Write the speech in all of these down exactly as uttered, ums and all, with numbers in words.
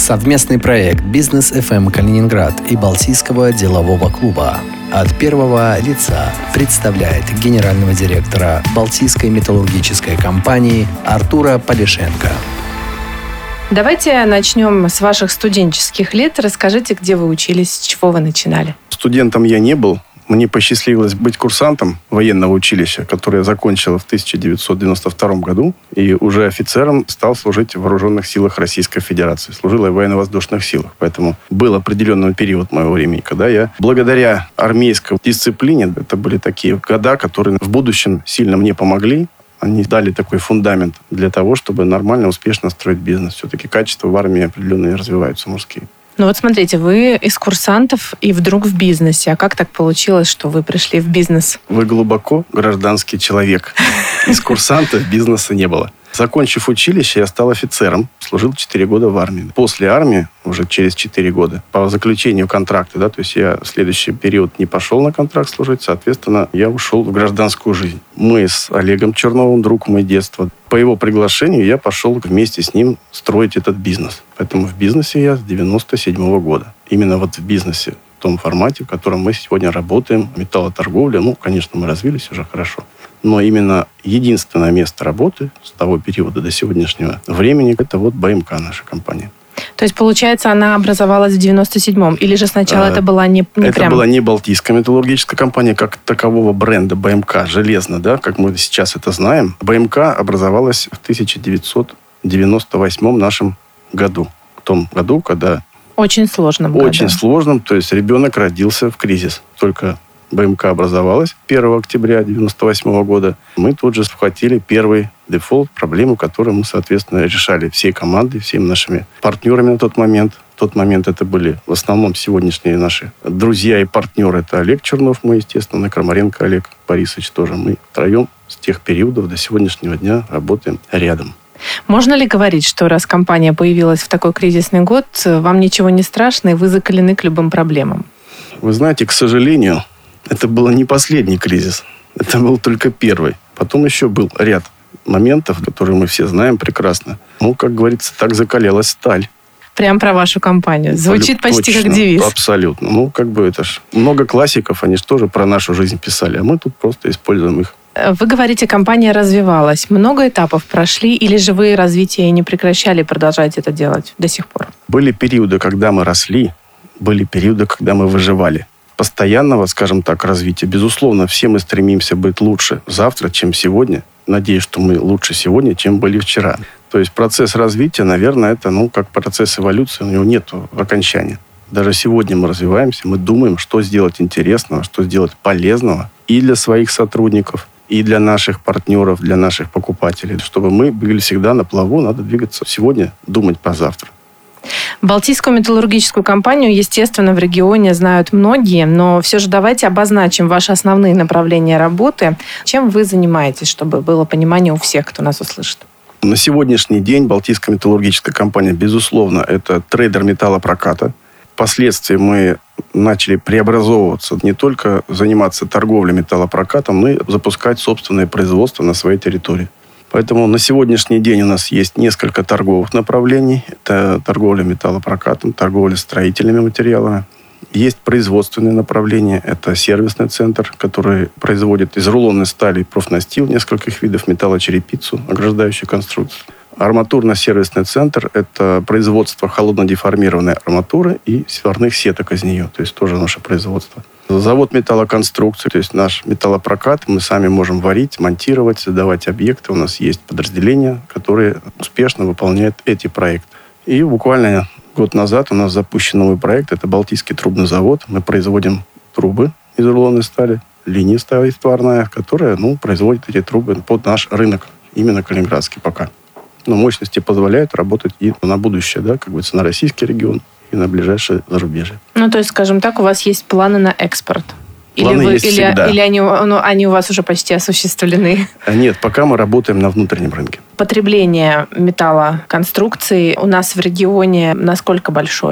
Совместный проект «Бизнес эф эм Калининград» и Балтийского делового клуба от первого лица представляет генерального директора Балтийской металлургической компании Артура Полишенко. Давайте начнем с ваших студенческих лет. Расскажите, где вы учились, с чего вы начинали? Студентом я не был. Мне посчастливилось быть курсантом военного училища, которое я закончил в тысяча девятьсот девяносто втором году. И уже офицером стал служить в вооруженных силах Российской Федерации. Служил я в военно-воздушных силах. Поэтому был определенный период моего времени, когда я, благодаря армейской дисциплине, это были такие года, которые в будущем сильно мне помогли. Они дали такой фундамент для того, чтобы нормально, успешно строить бизнес. Все-таки качества в армии определенные развиваются, мужские. Ну вот смотрите, вы из курсантов и вдруг в бизнесе. А как так получилось, что вы пришли в бизнес? Вы глубоко гражданский человек. Из курсанта бизнеса не было. Закончив училище, я стал офицером. Служил четыре года в армии. После армии, уже через четыре года, по заключению контракта, да, то есть я в следующий период не пошел на контракт служить, соответственно, я ушел в гражданскую жизнь. Мы с Олегом Черновым, друг мой детства, по его приглашению я пошел вместе с ним строить этот бизнес. Поэтому в бизнесе я с девяносто седьмого года. Именно вот в бизнесе, в том формате, в котором мы сегодня работаем, металлоторговля, ну, конечно, мы развились уже хорошо. Но именно единственное место работы с того периода до сегодняшнего времени – это вот БМК, наша компания. То есть, получается, она образовалась в девяносто седьмом? Или же сначала а, это была не, не это прям... была не Балтийская металлургическая компания, как такового бренда БМК, железно, да, как мы сейчас это знаем. БМК образовалась в тысяча девятьсот девяносто восьмом нашем году. В том году, когда... Очень сложном Очень году. сложном, то есть ребенок родился в кризис. Только... БМК образовалась первого октября девяносто восьмого года. Мы тут же схватили первый дефолт, проблему, которую мы, соответственно, решали всей командой, всеми нашими партнерами на тот момент. В тот момент это были в основном сегодняшние наши друзья и партнеры. Это Олег Чернов, мы, естественно, Крамаренко Олег Борисович тоже. Мы втроем с тех периодов до сегодняшнего дня работаем рядом. Можно ли говорить, что раз компания появилась в такой кризисный год, вам ничего не страшно, и вы закалены к любым проблемам? Вы знаете, к сожалению, это был не последний кризис. Это был только первый. Потом еще был ряд моментов, которые мы все знаем прекрасно. Ну, как говорится, так закалялась сталь. Прям про вашу компанию. Звучит почти Точно, как девиз. Абсолютно. Ну, как бы это ж... Много классиков, они же тоже про нашу жизнь писали, а мы тут просто используем их. Вы говорите, компания развивалась. Много этапов прошли, или же вы развитие не прекращали и продолжаете это делать до сих пор? Были периоды, когда мы росли, были периоды, когда мы выживали. Постоянного, скажем так, развития. Безусловно, все мы стремимся быть лучше завтра, чем сегодня. Надеюсь, что мы лучше сегодня, чем были вчера. То есть процесс развития, наверное, это, ну, как процесс эволюции, у него нет окончания. Даже сегодня мы развиваемся, мы думаем, что сделать интересного, что сделать полезного и для своих сотрудников, и для наших партнеров, для наших покупателей. Чтобы мы были всегда на плаву, надо двигаться сегодня, думать про завтра. Балтийскую металлургическую компанию, естественно, в регионе знают многие, но все же давайте обозначим ваши основные направления работы. Чем вы занимаетесь, чтобы было понимание у всех, кто нас услышит? На сегодняшний день Балтийская металлургическая компания, безусловно, это трейдер металлопроката. Впоследствии мы начали преобразовываться, не только заниматься торговлей металлопрокатом, но и запускать собственное производство на своей территории. Поэтому на сегодняшний день у нас есть несколько торговых направлений. Это торговля металлопрокатом, торговля строительными материалами. Есть производственные направления. Это сервисный центр, который производит из рулонной стали профнастил, нескольких видов металлочерепицу, ограждающую конструкцию. Арматурно-сервисный центр – это производство холодно-деформированной арматуры и сварных сеток из нее. То есть тоже наше производство. Завод металлоконструкции, то есть наш металлопрокат. Мы сами можем варить, монтировать, создавать объекты. У нас есть подразделения, которые успешно выполняют эти проекты. И буквально год назад у нас запущен новый проект. Это Балтийский трубный завод. Мы производим трубы из рулонной стали, линия стали створная, которая, ну, производит эти трубы под наш рынок, именно калининградский пока. Но мощности позволяют работать и на будущее, да, как говорится, на российский регион и на ближайшее зарубежье. Ну, то есть, скажем так, у вас есть планы на экспорт? Планы или вы, есть или, всегда. Или они, ну, они у вас уже почти осуществлены? Нет, пока мы работаем на внутреннем рынке. Потребление металлоконструкций у нас в регионе насколько большое?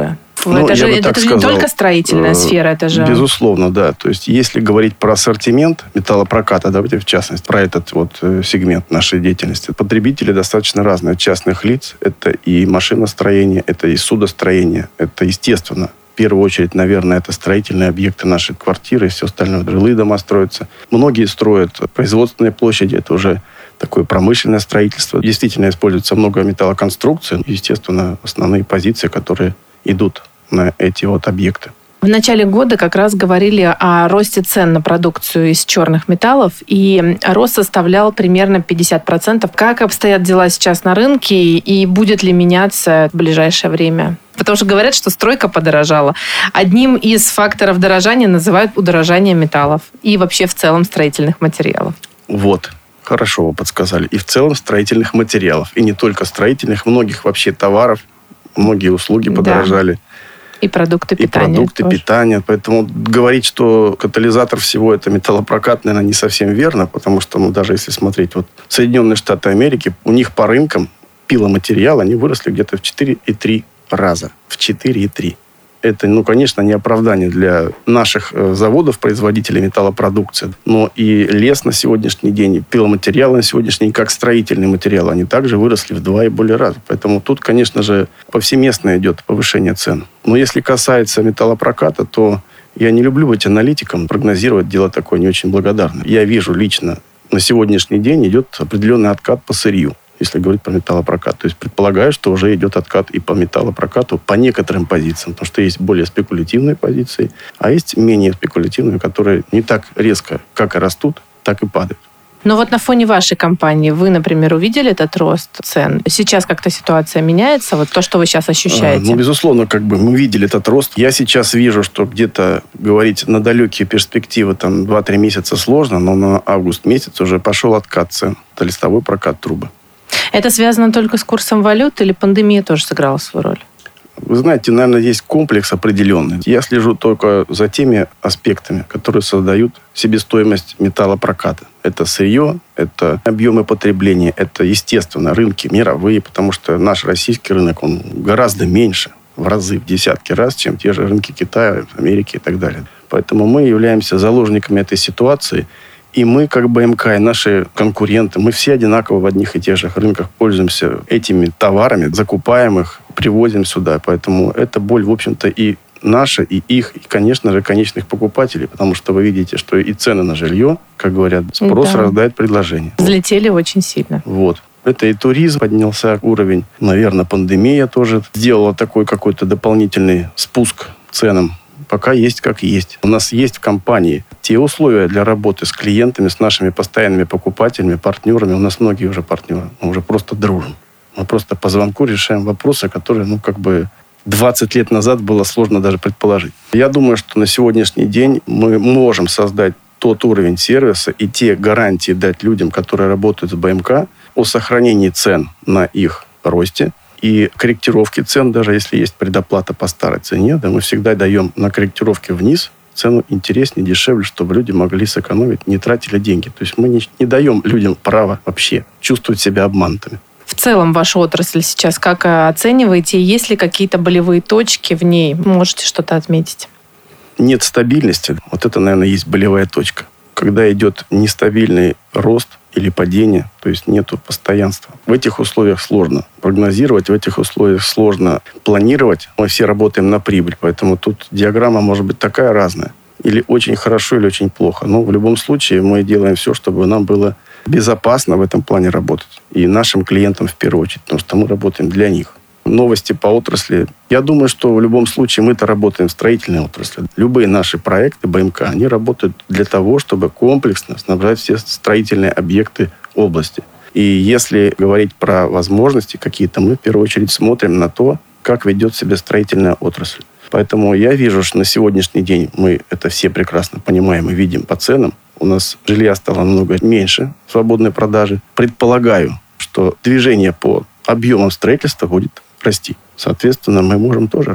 Ну, это же, это же не только строительная э, сфера, это же... Безусловно, да. То есть, если говорить про ассортимент металлопроката, давайте в частности, про этот вот сегмент нашей деятельности, потребители достаточно разные. От частных лиц, это и машиностроение, это и судостроение, это, естественно, в первую очередь, наверное, это строительные объекты нашей квартиры и все остальное. Жилые дома строятся. Многие строят производственные площади, это уже такое промышленное строительство. Действительно используется много металлоконструкций. Естественно, основные позиции, которые идут на эти вот объекты. В начале года как раз говорили о росте цен на продукцию из черных металлов, и рост составлял примерно пятьдесят процентов. Как обстоят дела сейчас на рынке, и будет ли меняться в ближайшее время? Потому что говорят, что стройка подорожала. Одним из факторов дорожания называют удорожание металлов и вообще в целом строительных материалов. Вот. Хорошо вы подсказали. И в целом строительных материалов. И не только строительных, многих вообще товаров, многие услуги подорожали. Да. И продукты питания. И продукты тоже. питания. Поэтому говорить, что катализатор всего это металлопрокат, наверное, не совсем верно, потому что, ну, даже если смотреть вот Соединенные Штаты Америки, у них по рынкам пиломатериалы, они выросли где-то в четыре и три раза. В четыре и три. Это, ну, конечно, не оправдание для наших заводов, производителей металлопродукции, но и лес на сегодняшний день, и пиломатериалы на сегодняшний день, как строительные материалы, они также выросли в два и более раза. Поэтому тут, конечно же, повсеместно идет повышение цен. Но если касается металлопроката, то я не люблю быть аналитиком, прогнозировать дело такое не очень благодарно. Я вижу лично, на сегодняшний день идет определенный откат по сырью, если говорить про металлопрокат. То есть предполагаю, что уже идет откат и по металлопрокату по некоторым позициям, потому что есть более спекулятивные позиции, а есть менее спекулятивные, которые не так резко, как и растут, так и падают. Но вот на фоне вашей компании вы, например, увидели этот рост цен? Сейчас как-то ситуация меняется? Вот то, что вы сейчас ощущаете? А, ну, безусловно, как бы мы видели этот рост. Я сейчас вижу, что где-то говорить на далекие перспективы, там, два-три месяца сложно, но на август месяц уже пошел откат цен. Это листовой прокат трубы. Это связано только с курсом валют или пандемия тоже сыграла свою роль? Вы знаете, наверное, есть комплекс определенный. Я слежу только за теми аспектами, которые создают себестоимость металлопроката. Это сырье, это объемы потребления, это, естественно, рынки мировые, потому что наш российский рынок, он гораздо меньше, в разы, в десятки раз, чем те же рынки Китая, Америки и так далее. Поэтому мы являемся заложниками этой ситуации. И мы, как БМК, и наши конкуренты, мы все одинаково в одних и тех же рынках пользуемся этими товарами, закупаем их, привозим сюда. Поэтому это боль, в общем-то, и наша, и их, и, конечно же, конечных покупателей. Потому что вы видите, что и цены на жилье, как говорят, спрос да. рождает предложение. Взлетели вот. очень сильно. Вот. Это и туризм поднялся уровень. Наверное, пандемия тоже сделала такой какой-то дополнительный спуск ценам. Пока есть как есть. У нас есть в компании те условия для работы с клиентами, с нашими постоянными покупателями, партнерами. У нас многие уже партнеры. Мы уже просто дружим. Мы просто по звонку решаем вопросы, которые, ну, как бы двадцать лет назад было сложно даже предположить. Я думаю, что на сегодняшний день мы можем создать тот уровень сервиса и те гарантии дать людям, которые работают с БМК, о сохранении цен на их росте, и корректировки цен, даже если есть предоплата по старой цене, да, мы всегда даем на корректировке вниз цену интереснее, дешевле, чтобы люди могли сэкономить, не тратили деньги. То есть мы не, не даем людям права вообще чувствовать себя обманутыми. В целом вашу отрасль сейчас как оцениваете? Есть ли какие-то болевые точки в ней? Можете что-то отметить? Нет стабильности. Вот это, наверное, есть болевая точка. Когда идет нестабильный рост или падение, то есть нету постоянства. В этих условиях сложно прогнозировать, в этих условиях сложно планировать. Мы все работаем на прибыль, поэтому тут диаграмма может быть такая разная. Или очень хорошо, или очень плохо. Но в любом случае мы делаем все, чтобы нам было безопасно в этом плане работать. И нашим клиентам в первую очередь, потому что мы работаем для них. Новости по отрасли. Я думаю, что в любом случае мы-то работаем в строительной отрасли. Любые наши проекты БМК, они работают для того, чтобы комплексно снабжать все строительные объекты области. И если говорить про возможности какие-то, мы в первую очередь смотрим на то, как ведет себя строительная отрасль. Поэтому я вижу, что на сегодняшний день мы это все прекрасно понимаем и видим по ценам. У нас жилья стало намного меньше свободной продажи. Предполагаю, что движение по объемам строительства будет расти. Соответственно, мы можем тоже расти.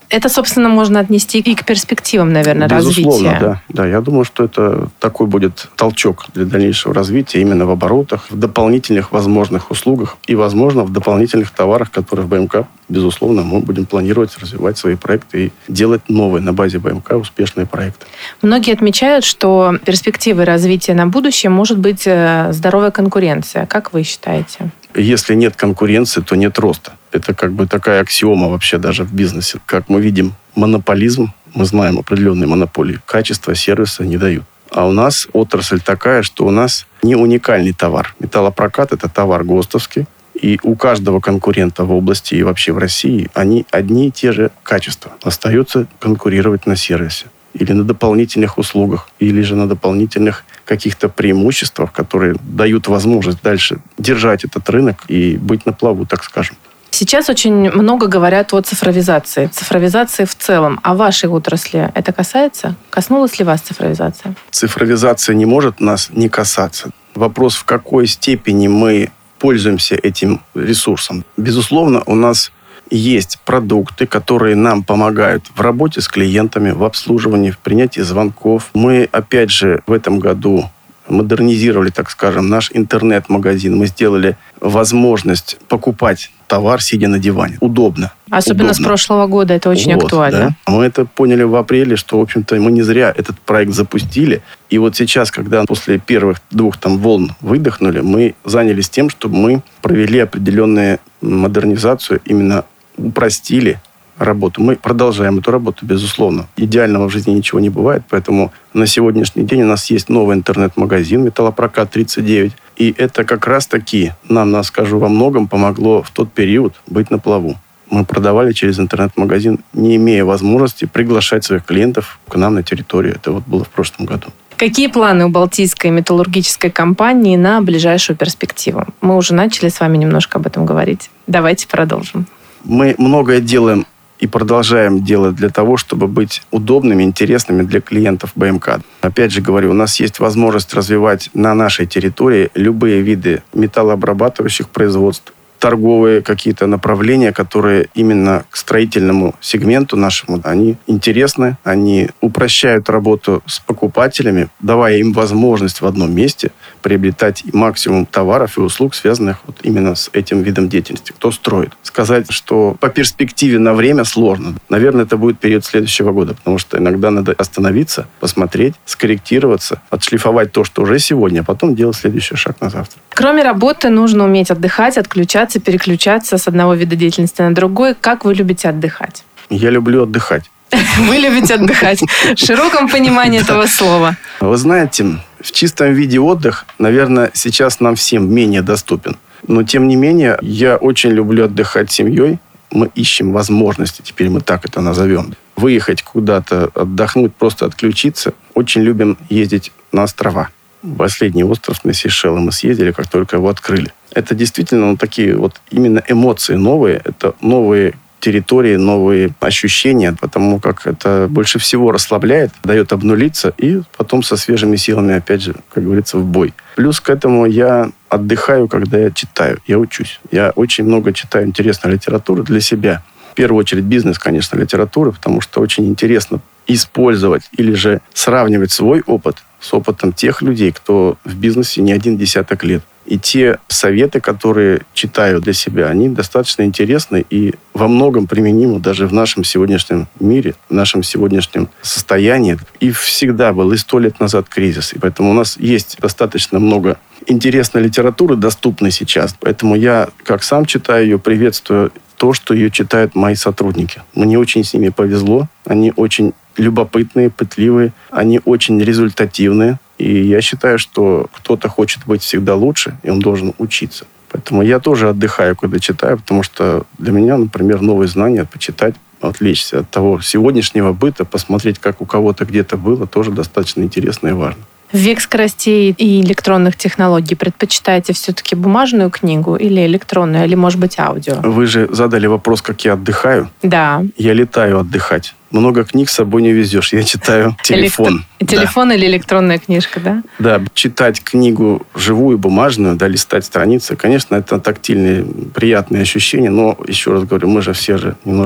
Это, собственно, можно отнести и к перспективам, наверное, Безусловно, развития. да. Да, я думаю, что это такой будет толчок для дальнейшего развития именно в оборотах, в дополнительных возможных услугах и, возможно, в дополнительных товарах, которые в БМК, безусловно, мы будем планировать развивать свои проекты и делать новые на базе БМК успешные проекты. Многие отмечают, что перспективой развития на будущее может быть здоровая конкуренция. Как вы считаете? Если нет конкуренции, то нет роста. Это как бы такая аксиома вообще даже в бизнесе. Как мы видим, монополизм, мы знаем определенные монополии, качества сервиса не дают. А у нас отрасль такая, что у нас не уникальный товар. Металлопрокат – это товар ГОСТовский. И у каждого конкурента в области и вообще в России они одни и те же качества. Остается конкурировать на сервисе. Или на дополнительных услугах, или же на дополнительных каких-то преимуществах, которые дают возможность дальше держать этот рынок и быть на плаву, так скажем. Сейчас очень много говорят о цифровизации, цифровизации в целом. А вашей отрасли это касается? Коснулась ли вас цифровизация? Цифровизация не может нас не касаться. Вопрос, в какой степени мы пользуемся этим ресурсом. Безусловно, у нас есть продукты, которые нам помогают в работе с клиентами, в обслуживании, в принятии звонков. Мы, опять же, в этом году модернизировали, так скажем, наш интернет-магазин. Мы сделали возможность покупать товар, сидя на диване. Удобно. Особенно Удобно. С прошлого года это очень вот, актуально. Да? Мы это поняли в апреле, что, в общем-то, мы не зря этот проект запустили. И вот сейчас, когда после первых двух там волн выдохнули, мы занялись тем, чтобы мы провели определенную модернизацию, именно упростили работу. Мы продолжаем эту работу, безусловно. Идеального в жизни ничего не бывает, поэтому на сегодняшний день у нас есть новый интернет-магазин «Металлопрокат тридцать девять». И это как раз-таки нам, скажу, во многом помогло в тот период быть на плаву. Мы продавали через интернет-магазин, не имея возможности приглашать своих клиентов к нам на территорию. Это вот было в прошлом году. Какие планы у Балтийской металлургической компании на ближайшую перспективу? Мы уже начали с вами немножко об этом говорить. Давайте продолжим. Мы многое делаем и продолжаем делать для того, чтобы быть удобными, интересными для клиентов БМК. Опять же говорю, у нас есть возможность развивать на нашей территории любые виды металлообрабатывающих производств, торговые какие-то направления, которые именно к строительному сегменту нашему, они интересны, они упрощают работу с покупателями, давая им возможность в одном месте приобретать максимум товаров и услуг, связанных вот именно с этим видом деятельности. Кто строит? Сказать, что по перспективе на время сложно. Наверное, это будет период следующего года, потому что иногда надо остановиться, посмотреть, скорректироваться, отшлифовать то, что уже сегодня, а потом делать следующий шаг на завтра. Кроме работы, нужно уметь отдыхать, отключаться, переключаться с одного вида деятельности на другой. Как вы любите отдыхать? Я люблю отдыхать. Вы любите отдыхать. В широком понимании этого слова. Вы знаете, в чистом виде отдых, наверное, сейчас нам всем менее доступен. Но, тем не менее, я очень люблю отдыхать с семьей. Мы ищем возможности, теперь мы так это назовем, выехать куда-то, отдохнуть, просто отключиться. Очень любим ездить на острова. Последний остров на Сейшелы мы съездили, как только его открыли. Это действительно ну, такие вот именно эмоции новые. Это новые территории, новые ощущения, потому как это больше всего расслабляет, дает обнулиться и потом со свежими силами, опять же, как говорится, в бой. Плюс к этому я отдыхаю, когда я читаю, я учусь. Я очень много читаю интересной литературы для себя. В первую очередь бизнес, конечно, литературы, потому что очень интересно использовать или же сравнивать свой опыт с опытом тех людей, кто в бизнесе не один десяток лет. И те советы, которые читаю для себя, они достаточно интересны и во многом применимы даже в нашем сегодняшнем мире, в нашем сегодняшнем состоянии. И всегда был, и сто лет назад кризис. И поэтому у нас есть достаточно много интересной литературы, доступной сейчас. Поэтому я, как сам читаю ее, приветствую то, что ее читают мои сотрудники. Мне очень с ними повезло. Они очень любопытные, пытливые, они очень результативные. И я считаю, что кто-то хочет быть всегда лучше, и он должен учиться. Поэтому я тоже отдыхаю, когда читаю, потому что для меня, например, новые знания, почитать, отвлечься от того сегодняшнего быта, посмотреть, как у кого-то где-то было, тоже достаточно интересно и важно. В век скоростей и электронных технологий предпочитаете все-таки бумажную книгу или электронную, или, может быть, аудио? Вы же задали вопрос, как я отдыхаю. Да. Я летаю отдыхать. Много книг с собой не везешь. Я читаю телефон. Электро... Телефон да. Или электронная книжка, да? Да, читать книгу живую, бумажную, да, листать страницы, конечно, это тактильные, приятные ощущения, но, еще раз говорю, мы же все же немножко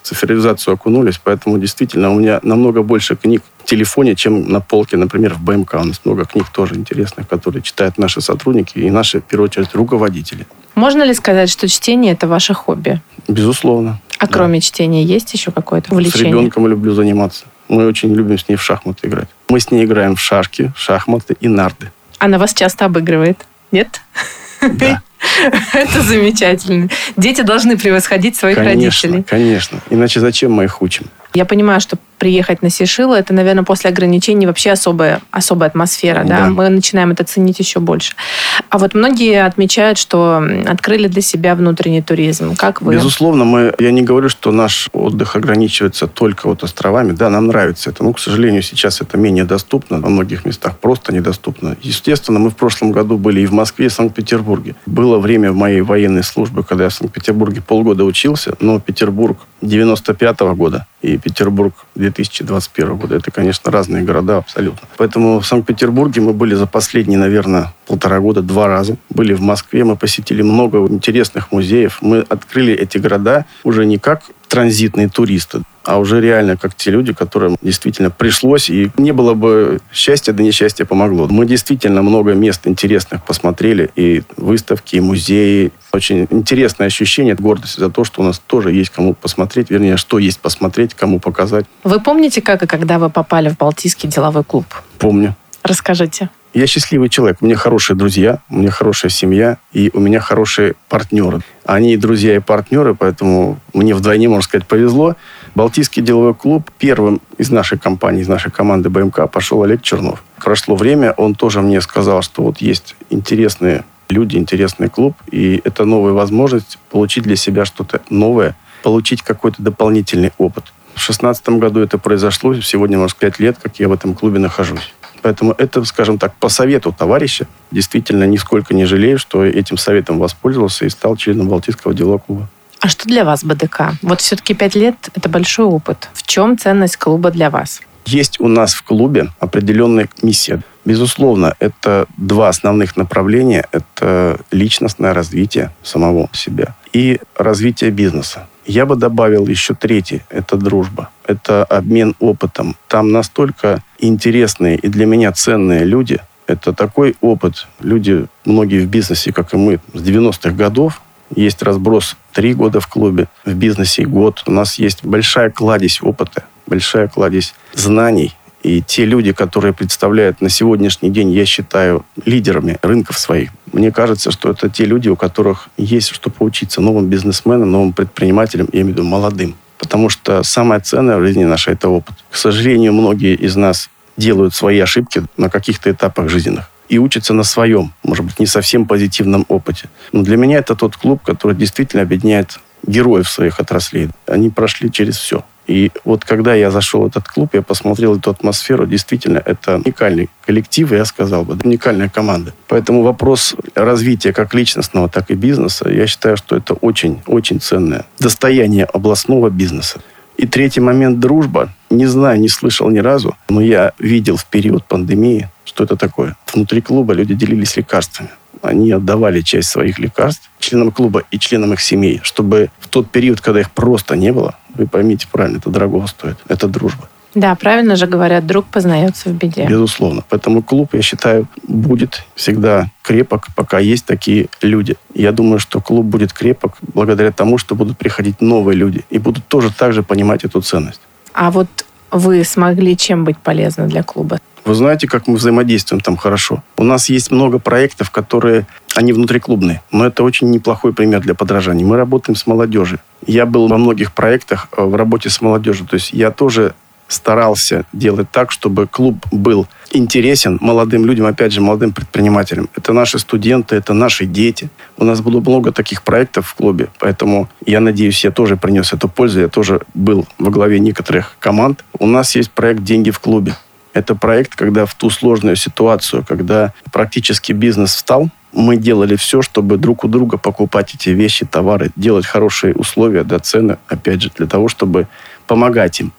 цифровизацию окунулись, поэтому действительно у меня намного больше книг в телефоне, чем на полке, например, в БМК. У нас много книг тоже интересных, которые читают наши сотрудники и наши, в первую очередь, руководители. Можно ли сказать, что чтение – это ваше хобби? Безусловно. А да. Кроме чтения есть еще какое-то увлечение? С ребенком люблю заниматься. Мы очень любим с ней в шахматы играть. Мы с ней играем в шашки, шахматы и нарды. Она вас часто обыгрывает? Нет? Да. Это замечательно. Дети должны превосходить своих конечно, родителей. Конечно, иначе зачем мы их учим? Я понимаю, что приехать на Сейшелы, это, наверное, после ограничений вообще особая, особая атмосфера. Да? Да. Мы начинаем это ценить еще больше. А вот многие отмечают, что открыли для себя внутренний туризм. Как вы? Безусловно, мы, я не говорю, что наш отдых ограничивается только вот островами. Да, нам нравится это. Но, к сожалению, сейчас это менее доступно. Во многих местах просто недоступно. Естественно, мы в прошлом году были и в Москве, и в Санкт-Петербурге. Было время в моей военной службе, когда я в Санкт-Петербурге полгода учился, но Петербург девяносто пятого года и Петербург две тысячи двадцать первого года. Это, конечно, разные города абсолютно. Поэтому в Санкт-Петербурге мы были за последние, наверное, полтора года два раза. Были в Москве, мы посетили много интересных музеев. Мы открыли эти города уже не как транзитные туристы, а уже реально как те люди, которым действительно пришлось, и не было бы счастья, да несчастье помогло. Мы действительно много мест интересных посмотрели, и выставки, и музеи. Очень интересное ощущение, гордость за то, что у нас тоже есть кому посмотреть, вернее, что есть посмотреть, кому показать. Вы помните, как и когда вы попали в Балтийский деловой клуб? Помню. Расскажите. Я счастливый человек. У меня хорошие друзья, у меня хорошая семья, и у меня хорошие партнеры. Они и друзья, и партнеры, поэтому мне вдвойне, можно сказать, повезло. Балтийский деловой клуб, первым из нашей компании, из нашей команды БМК пошел Олег Чернов. Прошло время, он тоже мне сказал, что вот есть интересные люди, интересный клуб, и это новая возможность получить для себя что-то новое, получить какой-то дополнительный опыт. В две тысячи шестнадцатом году это произошло, сегодня, можно сказать, лет, как я в этом клубе нахожусь. Поэтому это, скажем так, по совету товарища. Действительно, нисколько не жалею, что этим советом воспользовался и стал членом Балтийского делового клуба. А что для вас БДК? Вот все-таки пять лет – это большой опыт. В чем ценность клуба для вас? Есть у нас в клубе определенная миссия. Безусловно, это два основных направления. Это личностное развитие самого себя и развитие бизнеса. Я бы добавил еще третий – это дружба. Это обмен опытом. Там настолько интересные и для меня ценные люди. Это такой опыт. Люди, многие в бизнесе, как и мы, с девяностых годов. Есть разброс три года в клубе, в бизнесе год. У нас есть большая кладезь опыта, большая кладезь знаний. И те люди, которые представляют на сегодняшний день, я считаю, лидерами рынков своих. Мне кажется, что это те люди, у которых есть что поучиться новым бизнесменам, новым предпринимателям, я имею в виду молодым. Потому что самое ценное в жизни нашей – это опыт. К сожалению, многие из нас делают свои ошибки на каких-то этапах жизненных и учатся на своем, может быть, не совсем позитивном опыте. Но для меня это тот клуб, который действительно объединяет героев своих отраслей. Они прошли через все. И вот когда я зашел в этот клуб, я посмотрел эту атмосферу, действительно, это уникальный коллектив, я сказал бы, уникальная команда. Поэтому вопрос развития как личностного, так и бизнеса, я считаю, что это очень-очень ценное достояние областного бизнеса. И третий момент – дружба. Не знаю, не слышал ни разу, но я видел в период пандемии, что это такое. Внутри клуба люди делились лекарствами. Они отдавали часть своих лекарств членам клуба и членам их семей, чтобы в тот период, когда их просто не было, вы поймите правильно, это дорого стоит. Это дружба. Да, правильно же говорят, друг познается в беде. Безусловно. Поэтому клуб, я считаю, будет всегда крепок, пока есть такие люди. Я думаю, что клуб будет крепок благодаря тому, что будут приходить новые люди и будут тоже так же понимать эту ценность. А вот вы смогли чем быть полезны для клуба? Вы знаете, как мы взаимодействуем там хорошо. У нас есть много проектов, которые, они внутриклубные, но это очень неплохой пример для подражания. Мы работаем с молодежью. Я был во многих проектах в работе с молодежью. То есть я тоже старался делать так, чтобы клуб был интересен молодым людям, опять же, молодым предпринимателям. Это наши студенты, это наши дети. У нас было много таких проектов в клубе, поэтому я надеюсь, я тоже принес эту пользу. Я тоже был во главе некоторых команд. У нас есть проект «Деньги в клубе». Это проект, когда в ту сложную ситуацию, когда практически бизнес встал, мы делали все, чтобы друг у друга покупать эти вещи, товары, делать хорошие условия, да, цены, опять же, для того, чтобы помогать им.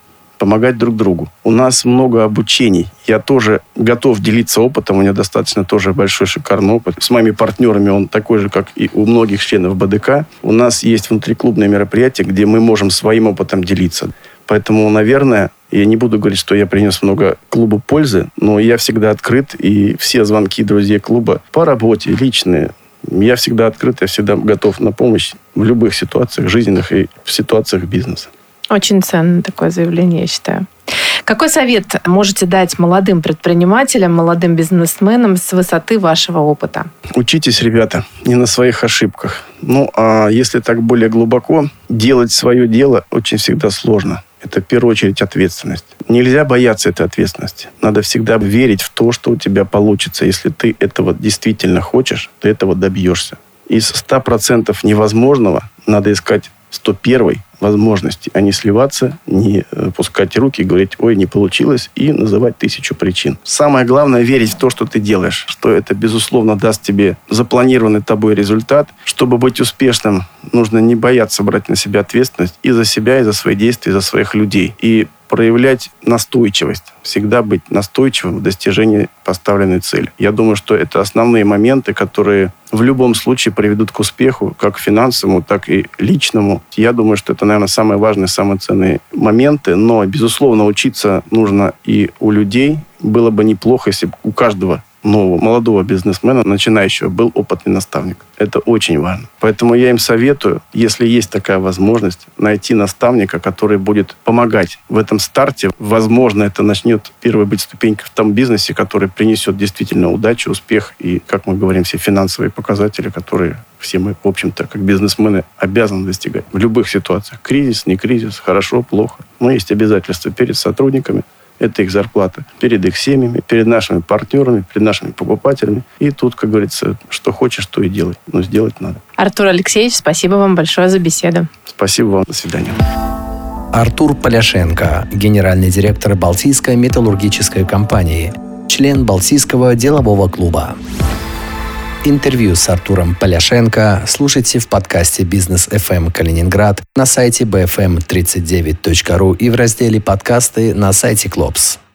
помогать друг другу. У нас много обучений. Я тоже готов делиться опытом. У меня достаточно тоже большой шикарный опыт. С моими партнерами он такой же, как и у многих членов БДК. У нас есть внутриклубные мероприятия, где мы можем своим опытом делиться. Поэтому, наверное, я не буду говорить, что я принес много клубу пользы, но я всегда открыт, и все звонки друзей клуба по работе, личные, я всегда открыт, я всегда готов на помощь в любых ситуациях жизненных и в ситуациях бизнеса. Очень ценное такое заявление, я считаю. Какой совет можете дать молодым предпринимателям, молодым бизнесменам с высоты вашего опыта? Учитесь, ребята, не на своих ошибках. Ну, а если так более глубоко, делать свое дело очень всегда сложно. Это в первую очередь ответственность. Нельзя бояться этой ответственности. Надо всегда верить в то, что у тебя получится. Если ты этого действительно хочешь, ты этого добьешься. Из ста процентов невозможного надо искать сто первой возможности, а не сливаться, не пускать руки и говорить: ой, не получилось, и называть тысячу причин. Самое главное — верить в то, что ты делаешь, что это, безусловно, даст тебе запланированный тобой результат. Чтобы быть успешным, нужно не бояться брать на себя ответственность и за себя, и за свои действия, и за своих людей. И проявлять настойчивость. Всегда быть настойчивым в достижении поставленной цели. Я думаю, что это основные моменты, которые в любом случае приведут к успеху, как финансовому, так и личному. Я думаю, что это, наверное, самые важные, самые ценные моменты. Но, безусловно, учиться нужно и у людей. Было бы неплохо, если бы у каждого нового молодого бизнесмена, начинающего, был опытный наставник. Это очень важно. Поэтому я им советую, если есть такая возможность, найти наставника, который будет помогать в этом старте. Возможно, это начнет первой быть ступенькой в том бизнесе, который принесет действительно удачу, успех и, как мы говорим, все финансовые показатели, которые все мы, в общем-то, как бизнесмены обязаны достигать в любых ситуациях. Кризис, не кризис, хорошо, плохо. Но есть обязательства перед сотрудниками. Это их зарплата перед их семьями, перед нашими партнерами, перед нашими покупателями. И тут, как говорится, что хочешь, то и делай. Но сделать надо. Артур Алексеевич, спасибо вам большое за беседу. Спасибо вам. До свидания. Артур Поляшенко, генеральный директор Балтийской металлургической компании, член Балтийского делового клуба. Интервью с Артуром Поляшенко слушайте в подкасте «Бизнес эф эм Калининград» на сайте би эф эм тридцать девять точка ру и в разделе «Подкасты» на сайте Клопс.